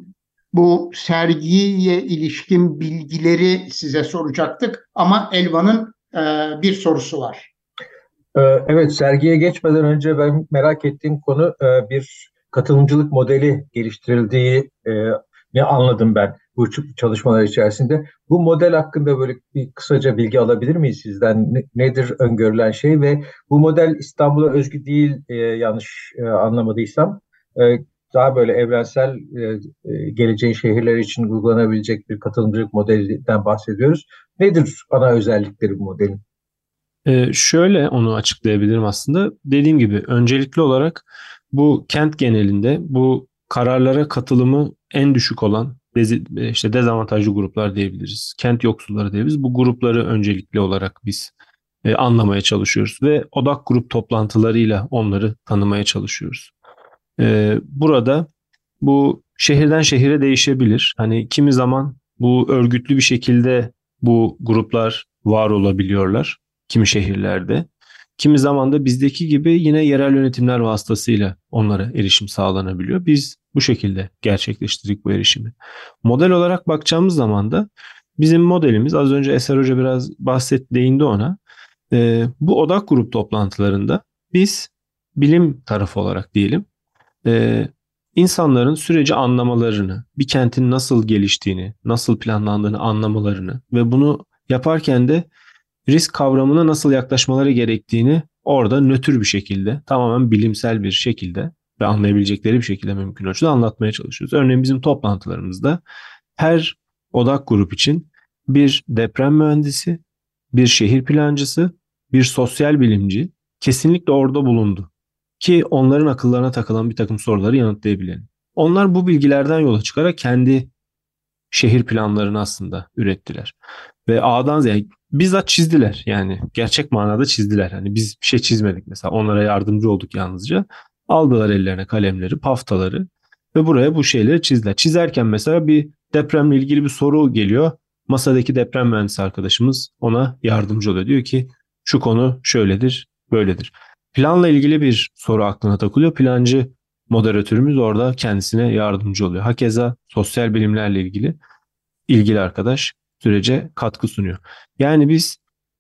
bu sergiye ilişkin bilgileri size soracaktık ama Elvan'ın e, bir sorusu var. Ee, Evet, sergiye geçmeden önce ben merak ettiğim konu e, bir katılımcılık modeli geliştirildiği e, ne anladım ben bu ç- çalışmalar içerisinde. Bu model hakkında böyle bir kısaca bilgi alabilir miyiz sizden? Ne- Nedir öngörülen şey ve bu model İstanbul'a özgü değil, e, yanlış e, anlamadıysam. E, Daha böyle evrensel, e, e, geleceğin şehirleri için uygulanabilecek bir katılımcılık modelinden bahsediyoruz. Nedir ana özellikleri bu modelin? Ee, şöyle onu açıklayabilirim aslında. Dediğim gibi öncelikli olarak bu kent genelinde bu kararlara katılımı en düşük olan dezi, işte dezavantajlı gruplar diyebiliriz. Kent yoksulları diyebiliriz. Bu grupları öncelikli olarak biz e, anlamaya çalışıyoruz ve odak grup toplantılarıyla onları tanımaya çalışıyoruz. Ee, burada bu şehirden şehire değişebilir. Hani kimi zaman bu örgütlü bir şekilde bu gruplar var olabiliyorlar kimi şehirlerde. Kimi zaman da bizdeki gibi yine yerel yönetimler vasıtasıyla onlara erişim sağlanabiliyor. Biz bu şekilde gerçekleştirdik bu erişimi. Model olarak bakacağımız zaman da bizim modelimiz az önce Eser Hoca biraz bahsetti, değindi ona. Ee, bu odak grup toplantılarında biz bilim tarafı olarak diyelim e, insanların süreci anlamalarını, bir kentin nasıl geliştiğini, nasıl planlandığını anlamalarını ve bunu yaparken de risk kavramına nasıl yaklaşmaları gerektiğini orada nötr bir şekilde, tamamen bilimsel bir şekilde ve anlayabilecekleri bir şekilde mümkün ölçüde anlatmaya çalışıyoruz. Örneğin bizim toplantılarımızda her odak grup için bir deprem mühendisi, bir şehir plancısı, bir sosyal bilimci kesinlikle orada bulundu ki onların akıllarına takılan bir takım soruları yanıtlayabilelim. Onlar bu bilgilerden yola çıkarak kendi şehir planlarını aslında ürettiler. Ve A'dan Z'ye bizzat çizdiler. Yani gerçek manada çizdiler. Hani biz bir şey çizmedik mesela. Onlara yardımcı olduk yalnızca. Aldılar ellerine kalemleri, paftaları ve buraya bu şeyleri çizdiler. Çizerken mesela bir depremle ilgili bir soru geliyor. Masadaki deprem mühendisi arkadaşımız ona yardımcı oluyor. Diyor ki şu konu şöyledir, böyledir. Planla ilgili bir soru aklına takılıyor. Plancı moderatörümüz orada kendisine yardımcı oluyor. Hakeza sosyal bilimlerle ilgili ilgili arkadaş sürece katkı sunuyor. Yani biz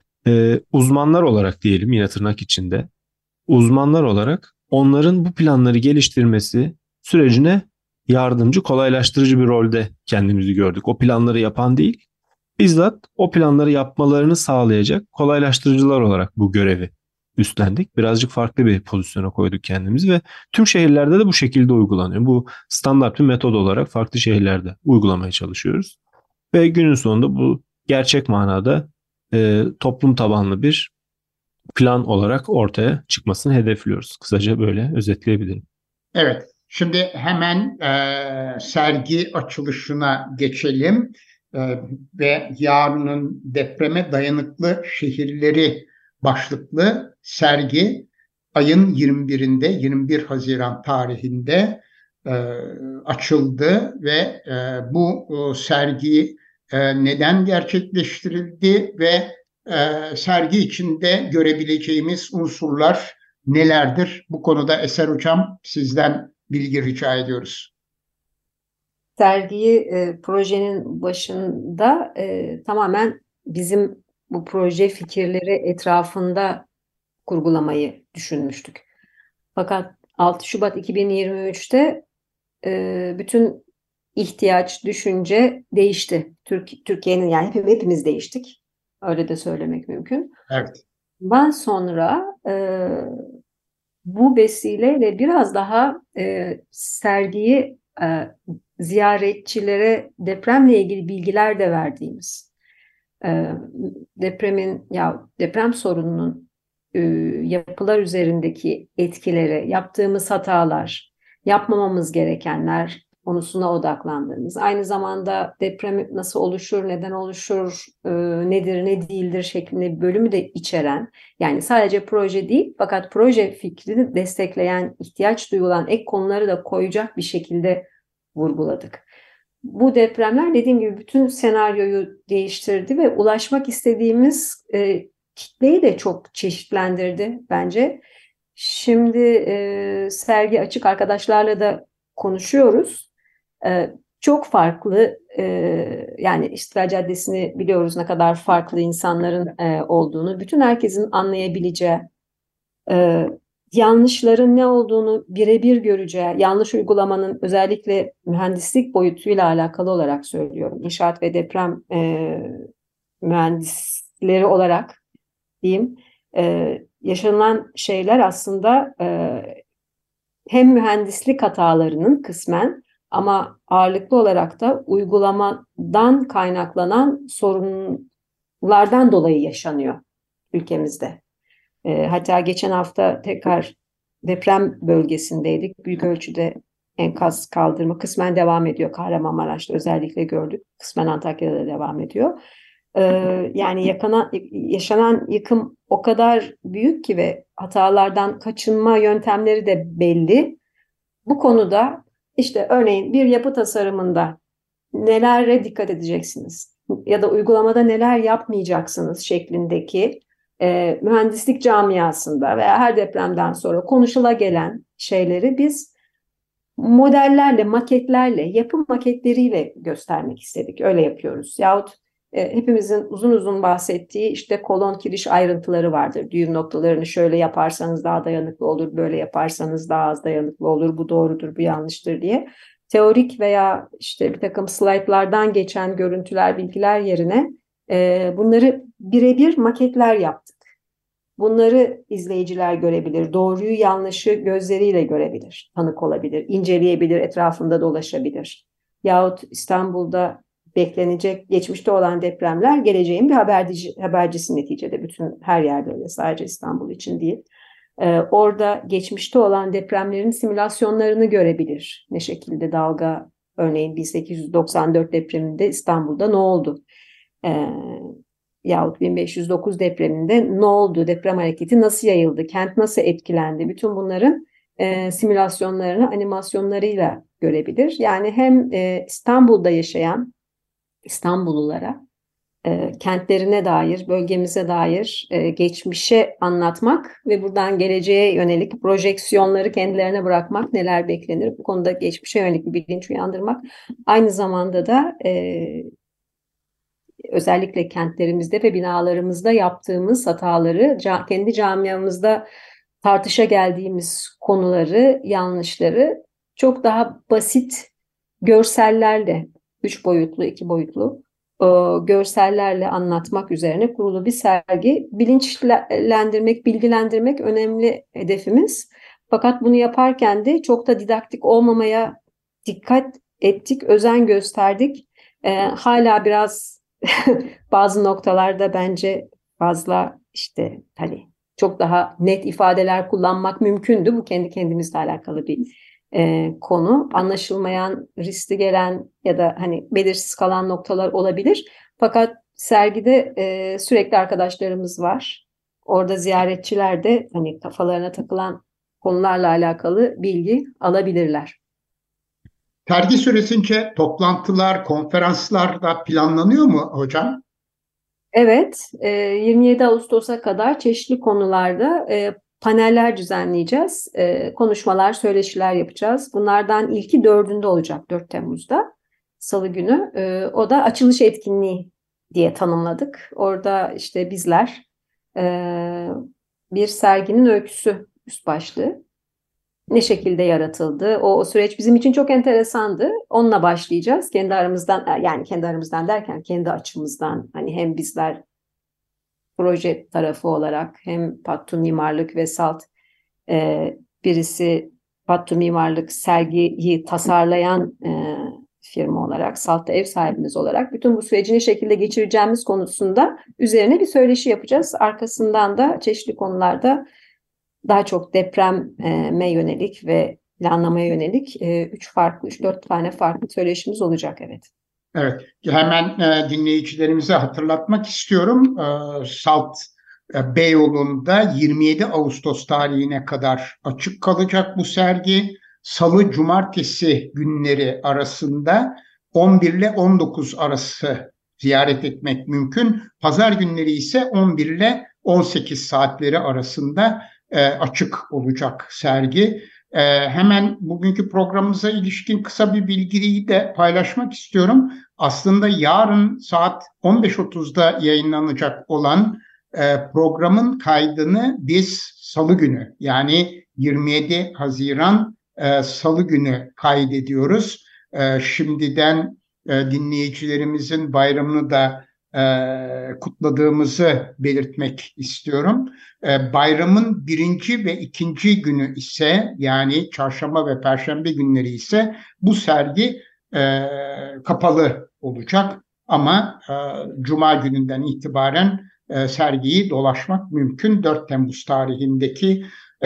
e, uzmanlar olarak diyelim yine tırnak içinde uzmanlar olarak onların bu planları geliştirmesi sürecine yardımcı, kolaylaştırıcı bir rolde kendimizi gördük. O planları yapan değil, bizzat o planları yapmalarını sağlayacak kolaylaştırıcılar olarak bu görevi üstlendik. Birazcık farklı bir pozisyona koyduk kendimizi ve tüm şehirlerde de bu şekilde uygulanıyor. Bu standart bir metod olarak farklı şehirlerde uygulamaya çalışıyoruz. Ve günün sonunda bu gerçek manada e, toplum tabanlı bir plan olarak ortaya çıkmasını hedefliyoruz. Kısaca böyle özetleyebilirim. Evet, şimdi hemen e, sergi açılışına geçelim e, ve yarının depreme dayanıklı şehirleri başlıklı sergi ayın yirmi birinde yirmi bir Haziran tarihinde e, açıldı ve e, bu o, sergi e, neden gerçekleştirildi ve e, sergi içinde görebileceğimiz unsurlar nelerdir? Bu konuda Eser Hocam sizden bilgi rica ediyoruz. Sergiyi e, projenin başında e, tamamen bizim bu proje fikirleri etrafında kurgulamayı düşünmüştük. Fakat altı Şubat iki bin yirmi üçte e, bütün ihtiyaç, düşünce değişti. Türk, Türkiye'nin yani hepimiz, hepimiz değiştik. Öyle de söylemek mümkün. Evet. Bundan sonra e, bu vesileyle biraz daha e, sergiyi e, ziyaretçilere depremle ilgili bilgiler de verdiğimiz, e, depremin ya deprem sorununun e, yapılar üzerindeki etkileri, yaptığımız hatalar, yapmamamız gerekenler konusuna odaklandığımız, aynı zamanda deprem nasıl oluşur, neden oluşur, e, nedir, ne değildir şeklinde bir bölümü de içeren, yani sadece proje değil fakat proje fikrini destekleyen, ihtiyaç duyulan ek konuları da koyacak bir şekilde vurguladık. Bu depremler dediğim gibi bütün senaryoyu değiştirdi ve ulaşmak istediğimiz e, kitleyi de çok çeşitlendirdi bence. Şimdi e, sergi açık, arkadaşlarla da konuşuyoruz. E, çok farklı e, yani İstiklal Caddesi'ni biliyoruz ne kadar farklı insanların e, olduğunu, bütün herkesin anlayabileceği, e, yanlışların ne olduğunu birebir göreceği, yanlış uygulamanın özellikle mühendislik boyutuyla alakalı olarak söylüyorum. İnşaat ve deprem e, mühendisleri olarak diyeyim, e, yaşanılan şeyler aslında e, hem mühendislik hatalarının kısmen ama ağırlıklı olarak da uygulamadan kaynaklanan sorunlardan dolayı yaşanıyor ülkemizde. E, hatta geçen hafta tekrar deprem bölgesindeydik. Büyük ölçüde enkaz kaldırma kısmen devam ediyor. Kahramanmaraş'ta özellikle gördük. Kısmen Antakya'da da devam ediyor. E, yani yakana, yaşanan yıkım o kadar büyük ki ve hatalardan kaçınma yöntemleri de belli. Bu konuda işte örneğin bir yapı tasarımında nelere dikkat edeceksiniz ya da uygulamada neler yapmayacaksınız şeklindeki e, mühendislik camiasında veya her depremden sonra konuşulagelen şeyleri biz modellerle, maketlerle, yapı maketleriyle göstermek istedik. Öyle yapıyoruz. Yahut e, hepimizin uzun uzun bahsettiği işte kolon kiriş ayrıntıları vardır. Düğüm noktalarını şöyle yaparsanız daha dayanıklı olur, böyle yaparsanız daha az dayanıklı olur, bu doğrudur, bu yanlıştır diye. Teorik veya işte bir takım slaytlardan geçen görüntüler, bilgiler yerine e, bunları birebir maketler yaptık. Bunları izleyiciler görebilir, doğruyu yanlışı gözleriyle görebilir, tanık olabilir, inceleyebilir, etrafında dolaşabilir. Yahut İstanbul'da beklenecek, geçmişte olan depremler geleceğin bir haberci, habercisi neticede. Bütün her yerde öyle, sadece İstanbul için değil. Ee, orada geçmişte olan depremlerin simülasyonlarını görebilir. Ne şekilde dalga, örneğin bin sekiz yüz doksan dört depreminde İstanbul'da ne oldu? Ee, yahut bin beş yüz dokuz depreminde ne oldu? Deprem hareketi nasıl yayıldı? Kent nasıl etkilendi? Bütün bunların e, simülasyonlarını animasyonlarıyla görebilir. Yani hem e, İstanbul'da yaşayan İstanbullulara e, kentlerine dair, bölgemize dair e, geçmişe anlatmak ve buradan geleceğe yönelik projeksiyonları kendilerine bırakmak, neler beklenir? Bu konuda geçmişe yönelik bir bilinç uyandırmak. Aynı zamanda da e, özellikle kentlerimizde ve binalarımızda yaptığımız hataları, ca- kendi camiamızda tartışa geldiğimiz konuları, yanlışları çok daha basit görsellerle, üç boyutlu, iki boyutlu e, görsellerle anlatmak üzerine kurulu bir sergi. Bilinçlendirmek, bilgilendirmek önemli hedefimiz. Fakat bunu yaparken de çok da didaktik olmamaya dikkat ettik, özen gösterdik. E, hala biraz bazı noktalarda bence fazla işte hani çok daha net ifadeler kullanmak mümkündü. Bu kendi kendimizle alakalı bir e, konu. Anlaşılmayan, riskli gelen ya da hani belirsiz kalan noktalar olabilir. Fakat sergide e, sürekli arkadaşlarımız var. Orada ziyaretçiler de hani kafalarına takılan konularla alakalı bilgi alabilirler. Sergi süresince toplantılar, konferanslar da planlanıyor mu hocam? Evet, e, yirmi yedi Ağustos'a kadar çeşitli konularda e, paneller düzenleyeceğiz. E, konuşmalar, söyleşiler yapacağız. Bunlardan ilki dördünde olacak, dört Temmuz'da, Salı günü. E, o da açılış etkinliği diye tanımladık. Orada işte bizler e, bir serginin öyküsü üst başlığı. Ne şekilde yaratıldı? O, o süreç bizim için çok enteresandı. Onunla başlayacağız. Kendi aramızdan, yani kendi aramızdan derken kendi açımızdan, hani hem bizler proje tarafı olarak hem Pattu Mimarlık ve SALT, e, birisi Pattu Mimarlık sergiyi tasarlayan e, firma olarak, SALT'ta ev sahibimiz olarak bütün bu süreci ne şekilde geçireceğimiz konusunda üzerine bir söyleşi yapacağız. Arkasından da çeşitli konularda daha çok depreme yönelik ve planlamaya yönelik e, üç farklı, üç dört tane farklı söyleşimiz olacak, evet. Evet, hemen e, dinleyicilerimize hatırlatmak istiyorum. E, SALT e, Beyoğlu'nda yirmi yedi Ağustos tarihine kadar açık kalacak bu sergi. Salı, cumartesi günleri arasında on bir ile on dokuz arası ziyaret etmek mümkün. Pazar günleri ise on bir ile on sekiz saatleri arasında e, açık olacak sergi. Ee, hemen bugünkü programımıza ilişkin kısa bir bilgiyi de paylaşmak istiyorum. Aslında yarın saat on beş otuzda yayınlanacak olan e, programın kaydını biz Salı günü, yani yirmi yedi Haziran e, Salı günü kaydediyoruz. E, şimdiden e, dinleyicilerimizin bayramını da e, kutladığımızı belirtmek istiyorum. E, bayramın birinci ve ikinci günü ise, yani çarşamba ve perşembe günleri ise bu sergi e, kapalı olacak. Ama e, cuma gününden itibaren e, sergiyi dolaşmak mümkün. dört Temmuz tarihindeki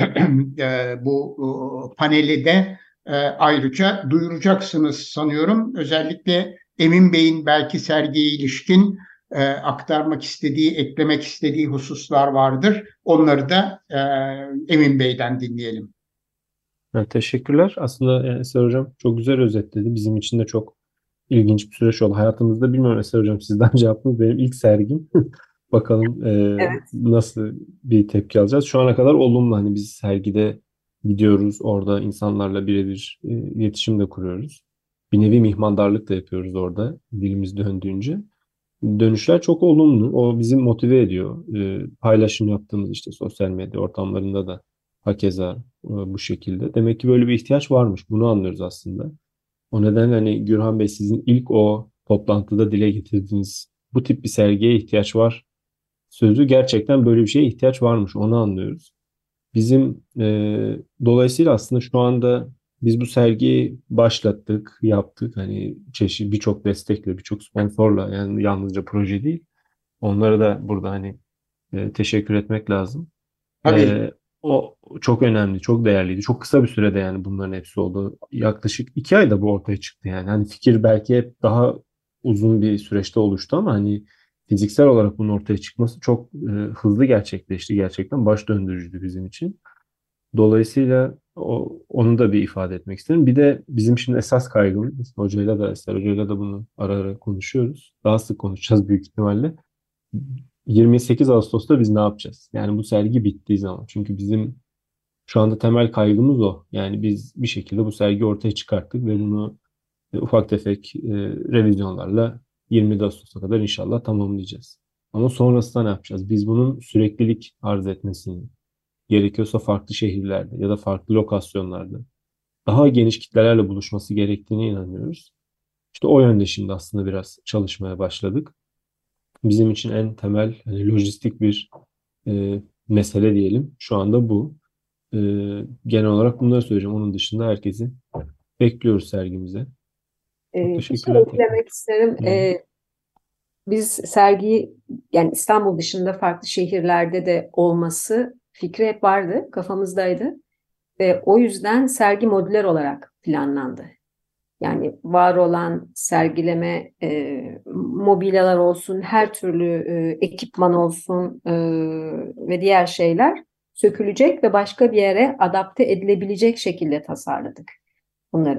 e, bu e, paneli de e, ayrıca duyuracaksınız sanıyorum. Özellikle Emin Bey'in belki sergiye ilişkin e, aktarmak istediği, eklemek istediği hususlar vardır. Onları da e, Emin Bey'den dinleyelim. Evet, teşekkürler. Aslında yani Eser Hocam çok güzel özetledi. Bizim için de çok ilginç bir süreç oldu. Hayatımızda bilmiyorum Eser Hocam, sizden önce yaptığınız benim ilk sergim. Bakalım e, Evet. nasıl bir tepki alacağız. Şu ana kadar olumlu. Hani biz sergide gidiyoruz. Orada insanlarla birebir e, iletişim de kuruyoruz. Bir nevi mihmandarlık da yapıyoruz orada, dilimiz döndüğünce. Dönüşler çok olumlu. O bizi motive ediyor. E, paylaşım yaptığımız işte sosyal medya ortamlarında da hakeza e, bu şekilde. Demek ki böyle bir ihtiyaç varmış. Bunu anlıyoruz aslında. O nedenle hani Gürhan Bey, sizin ilk o toplantıda dile getirdiğiniz bu tip bir sergiye ihtiyaç var sözü, gerçekten böyle bir şeye ihtiyaç varmış. Onu anlıyoruz. Bizim e, dolayısıyla aslında şu anda biz bu sergiyi başlattık, yaptık. Hani çeşit birçok destekle, birçok sponsorla, yani yalnızca proje değil. Onlara da burada hani e, teşekkür etmek lazım. Tabii. E, o çok önemli, çok değerliydi. Çok kısa bir sürede yani bunların hepsi oldu. Yaklaşık iki ayda bu ortaya çıktı yani. Hani fikir belki hep daha uzun bir süreçte oluştu ama hani fiziksel olarak bunun ortaya çıkması çok e, hızlı gerçekleşti gerçekten. Baş döndürücüydü bizim için. Dolayısıyla o, onu da bir ifade etmek isterim. Bir de bizim şimdi esas kaygımız, hocayla da Eser Hocayla da bunu ara ara konuşuyoruz. Daha sık konuşacağız büyük ihtimalle. yirmi sekiz Ağustos'ta biz ne yapacağız? Yani bu sergi bittiği zaman. Çünkü bizim şu anda temel kaygımız o. Yani biz bir şekilde bu sergiyi ortaya çıkarttık ve bunu e, ufak tefek e, revizyonlarla yirmi Ağustos'a kadar inşallah tamamlayacağız. Ama sonrasında ne yapacağız? Biz bunun süreklilik arz etmesini, gerekiyorsa farklı şehirlerde ya da farklı lokasyonlarda daha geniş kitlelerle buluşması gerektiğine inanıyoruz. İşte o yönde şimdi aslında biraz çalışmaya başladık. Bizim için en temel hani lojistik bir e, mesele diyelim. Şu anda bu. E, genel olarak bunları söyleyeceğim. Onun dışında herkesi bekliyoruz sergimize. Çok Ee, bir şey teşekkürler tekrar. eklemek isterim. Hı. Ee, biz sergiyi, yani İstanbul dışında farklı şehirlerde de olması fikri hep vardı, kafamızdaydı. Ve o yüzden sergi modüler olarak planlandı. Yani var olan sergileme e, mobilyalar olsun, her türlü e, ekipman olsun e, ve diğer şeyler sökülecek ve başka bir yere adapte edilebilecek şekilde tasarladık bunları.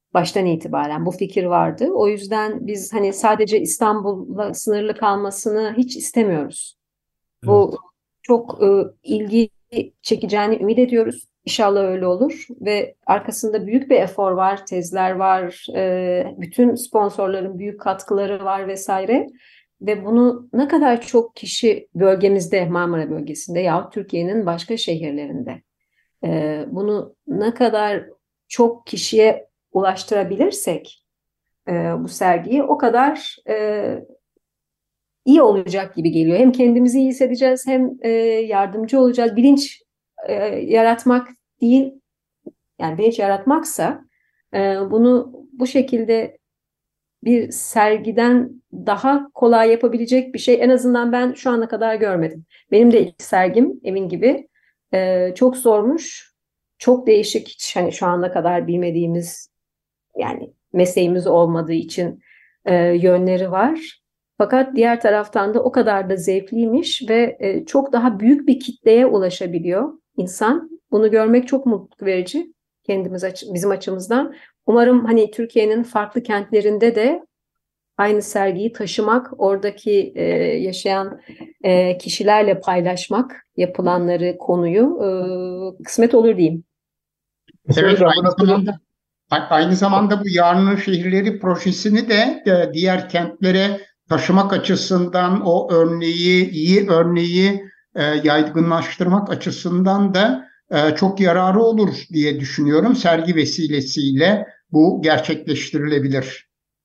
Baştan itibaren bu fikir vardı. O yüzden biz hani sadece İstanbul'la sınırlı kalmasını hiç istemiyoruz. Bu Evet. çok e, ilgi çekeceğini ümit ediyoruz. İnşallah öyle olur ve arkasında büyük bir efor var, tezler var, e, bütün sponsorların büyük katkıları var vesaire. Ve bunu ne kadar çok kişi bölgemizde, Marmara bölgesinde yahut Türkiye'nin başka şehirlerinde e, bunu ne kadar çok kişiye ulaştırabilirsek e, bu sergiyi o kadar e, iyi olacak gibi geliyor. Hem kendimizi iyi hissedeceğiz hem e, yardımcı olacağız. Bilinç e, yaratmak değil, yani bilinç yaratmaksa e, bunu bu şekilde bir sergiden daha kolay yapabilecek bir şey en azından ben şu ana kadar görmedim. Benim de ilk sergim Emin gibi e, çok zormuş, çok değişik, hiç hani şu ana kadar bilmediğimiz, yani mesleğimiz olmadığı için e, yönleri var. Fakat diğer taraftan da o kadar da zevkliymiş ve e, çok daha büyük bir kitleye ulaşabiliyor insan. Bunu görmek çok mutluluk verici kendimiz aç- bizim açımızdan. Umarım hani Türkiye'nin farklı kentlerinde de aynı sergiyi taşımak, oradaki e, yaşayan e, kişilerle paylaşmak yapılanları, konuyu e, kısmet olur diyeyim. Mesela Evet, hocam bu aynı noktada zamanda A- Aynı zamanda bu Yarının Şehirleri projesini de e, diğer kentlere taşımak açısından o örneği, iyi örneği e, yaygınlaştırmak açısından da e, çok yararı olur diye düşünüyorum. Sergi vesilesiyle bu gerçekleştirilebilir.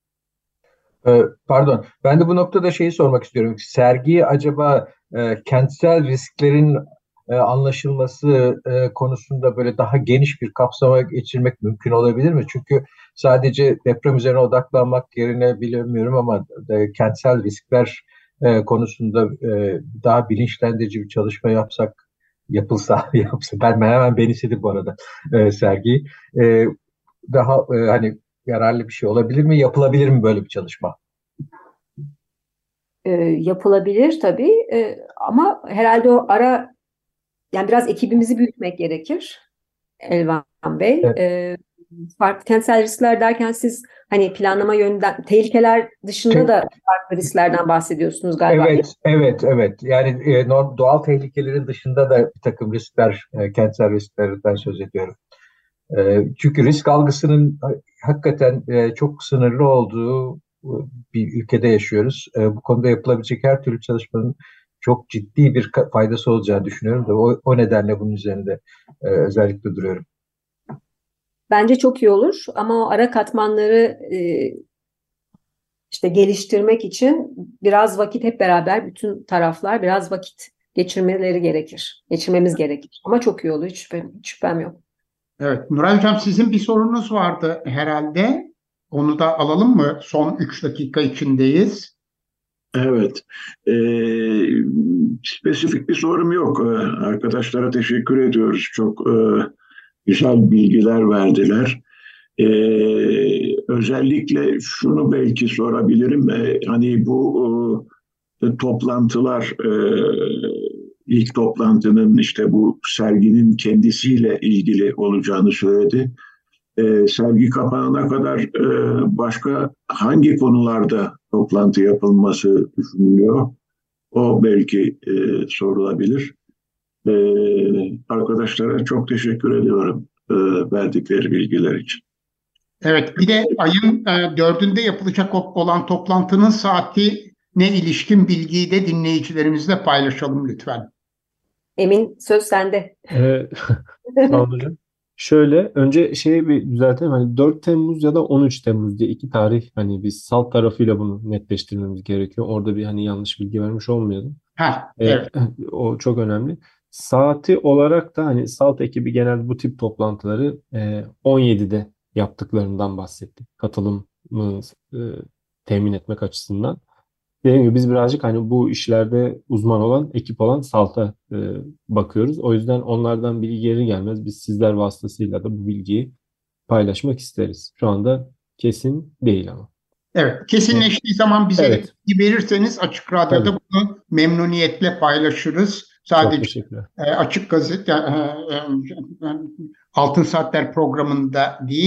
Ee, Pardon, ben de bu noktada şeyi sormak istiyorum. Sergiyi acaba e, kentsel risklerin e, anlaşılması e, konusunda böyle daha geniş bir kapsama geçirmek mümkün olabilir mi? Çünkü sadece deprem üzerine odaklanmak yerine bilemiyorum ama e, kentsel riskler e, konusunda e, daha bilinçlendirici bir çalışma yapsak, yapılsa, yapsa, ben hemen benimsedim bu arada e, sergiyi. E, Daha e, hani yararlı bir şey olabilir mi? Yapılabilir mi böyle bir çalışma? E, yapılabilir tabii. E, ama herhalde o ara, yani biraz ekibimizi büyütmek gerekir Elvan Bey. Evet, E, farklı kentsel riskler derken siz hani planlama yönünden tehlikeler dışında da farklı risklerden bahsediyorsunuz galiba, değil mi? evet, evet. evet. Yani e, norm- doğal tehlikelerin dışında da bir takım riskler, e, kentsel risklerden söz ediyorum. E, çünkü risk algısının ha- hakikaten e, çok sınırlı olduğu e, bir ülkede yaşıyoruz. E, bu konuda yapılabilecek her türlü çalışmanın çok ciddi bir ka- faydası olacağını düşünüyorum da o, o nedenle bunun üzerinde e, özellikle duruyorum. Bence çok iyi olur ama o ara katmanları e, işte geliştirmek için biraz vakit, hep beraber bütün taraflar biraz vakit geçirmeleri gerekir. Geçirmemiz gerekir. Ama çok iyi olur. Hiç şüphem, hiç şüphem yok. Evet, Nuray Hocam sizin bir sorunuz vardı herhalde. Onu da alalım mı? Son üç dakika içindeyiz. Evet. Ee, spesifik bir sorum yok. Ee, arkadaşlara teşekkür ediyoruz. Çok e, güzel bilgiler verdiler. Ee, özellikle şunu belki sorabilirim. Ee, hani bu e, toplantılar, e, ilk toplantının işte bu serginin kendisiyle ilgili olacağını söyledi. E, sergi kapanana kadar e, başka hangi konularda toplantı yapılması düşünülüyor? O belki e, sorulabilir. E, arkadaşlara çok teşekkür ediyorum e, verdikleri bilgiler için. Evet, bir de ayın e, dördünde yapılacak o- olan toplantının saatine ilişkin bilgiyi de dinleyicilerimizle paylaşalım lütfen. Emin, söz sende. Ee, Sağ olun hocam. Şöyle önce şeyi bir düzeltelim. Hani dört Temmuz ya da on üç Temmuz diye iki tarih, hani biz salt tarafıyla bunu netleştirmemiz gerekiyor. Orada bir hani yanlış bilgi vermiş olmayalım. Ha, Ee, evet. O çok önemli. Saati olarak da hani salt ekibi genel bu tip toplantıları e, on yedide yaptıklarından bahsetti. Katılımı e, temin etmek açısından. Dediğim gibi biz birazcık hani bu işlerde uzman olan, ekip olan Salt'a e, bakıyoruz. O yüzden onlardan bilgi geri gelmez. Biz sizler vasıtasıyla da bu bilgiyi paylaşmak isteriz. Şu anda kesin değil ama. Evet, E, kesinleştiği zaman bize de evet, bilgi verirseniz Açık tabii. Radyo'da bunu memnuniyetle paylaşırız. Çok Sadece teşekkürler. e, Açık Gazete, e, e, Altın Saatler programında değil,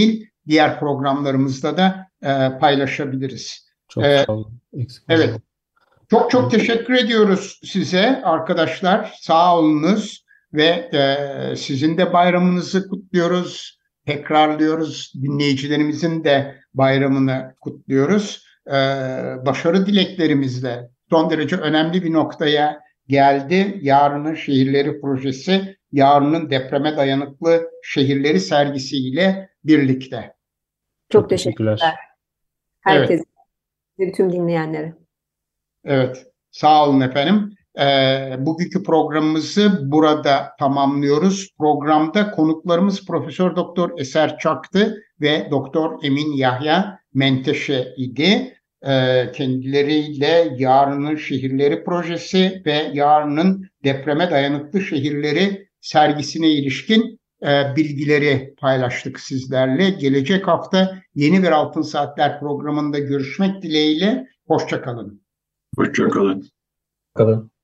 diğer programlarımızda da e, paylaşabiliriz. Çok E, sağ olun. Eksik evet. olun. Çok çok teşekkür ediyoruz size arkadaşlar. Sağ olunuz ve e, sizin de bayramınızı kutluyoruz. Tekrarlıyoruz. Dinleyicilerimizin de bayramını kutluyoruz. E, başarı dileklerimizle son derece önemli bir noktaya geldi. Yarının Şehirleri Projesi, yarının depreme dayanıklı şehirleri sergisiyle birlikte. Çok, Çok teşekkürler. teşekkürler. Herkese, ve tüm dinleyenlere. Evet, sağ olun efendim. Ee, bugünkü programımızı burada tamamlıyoruz. Programda konuklarımız Profesör Doktor Eser Çaktı ve Doktor Emin Yahya Menteşe idi. Ee, kendileriyle Yarının Şehirleri Projesi ve Yarının Depreme Dayanıklı Şehirleri sergisine ilişkin e, bilgileri paylaştık sizlerle. Gelecek hafta yeni bir Altın Saatler programında görüşmek dileğiyle. Hoşça kalın. Hoşça kalın. Kalın.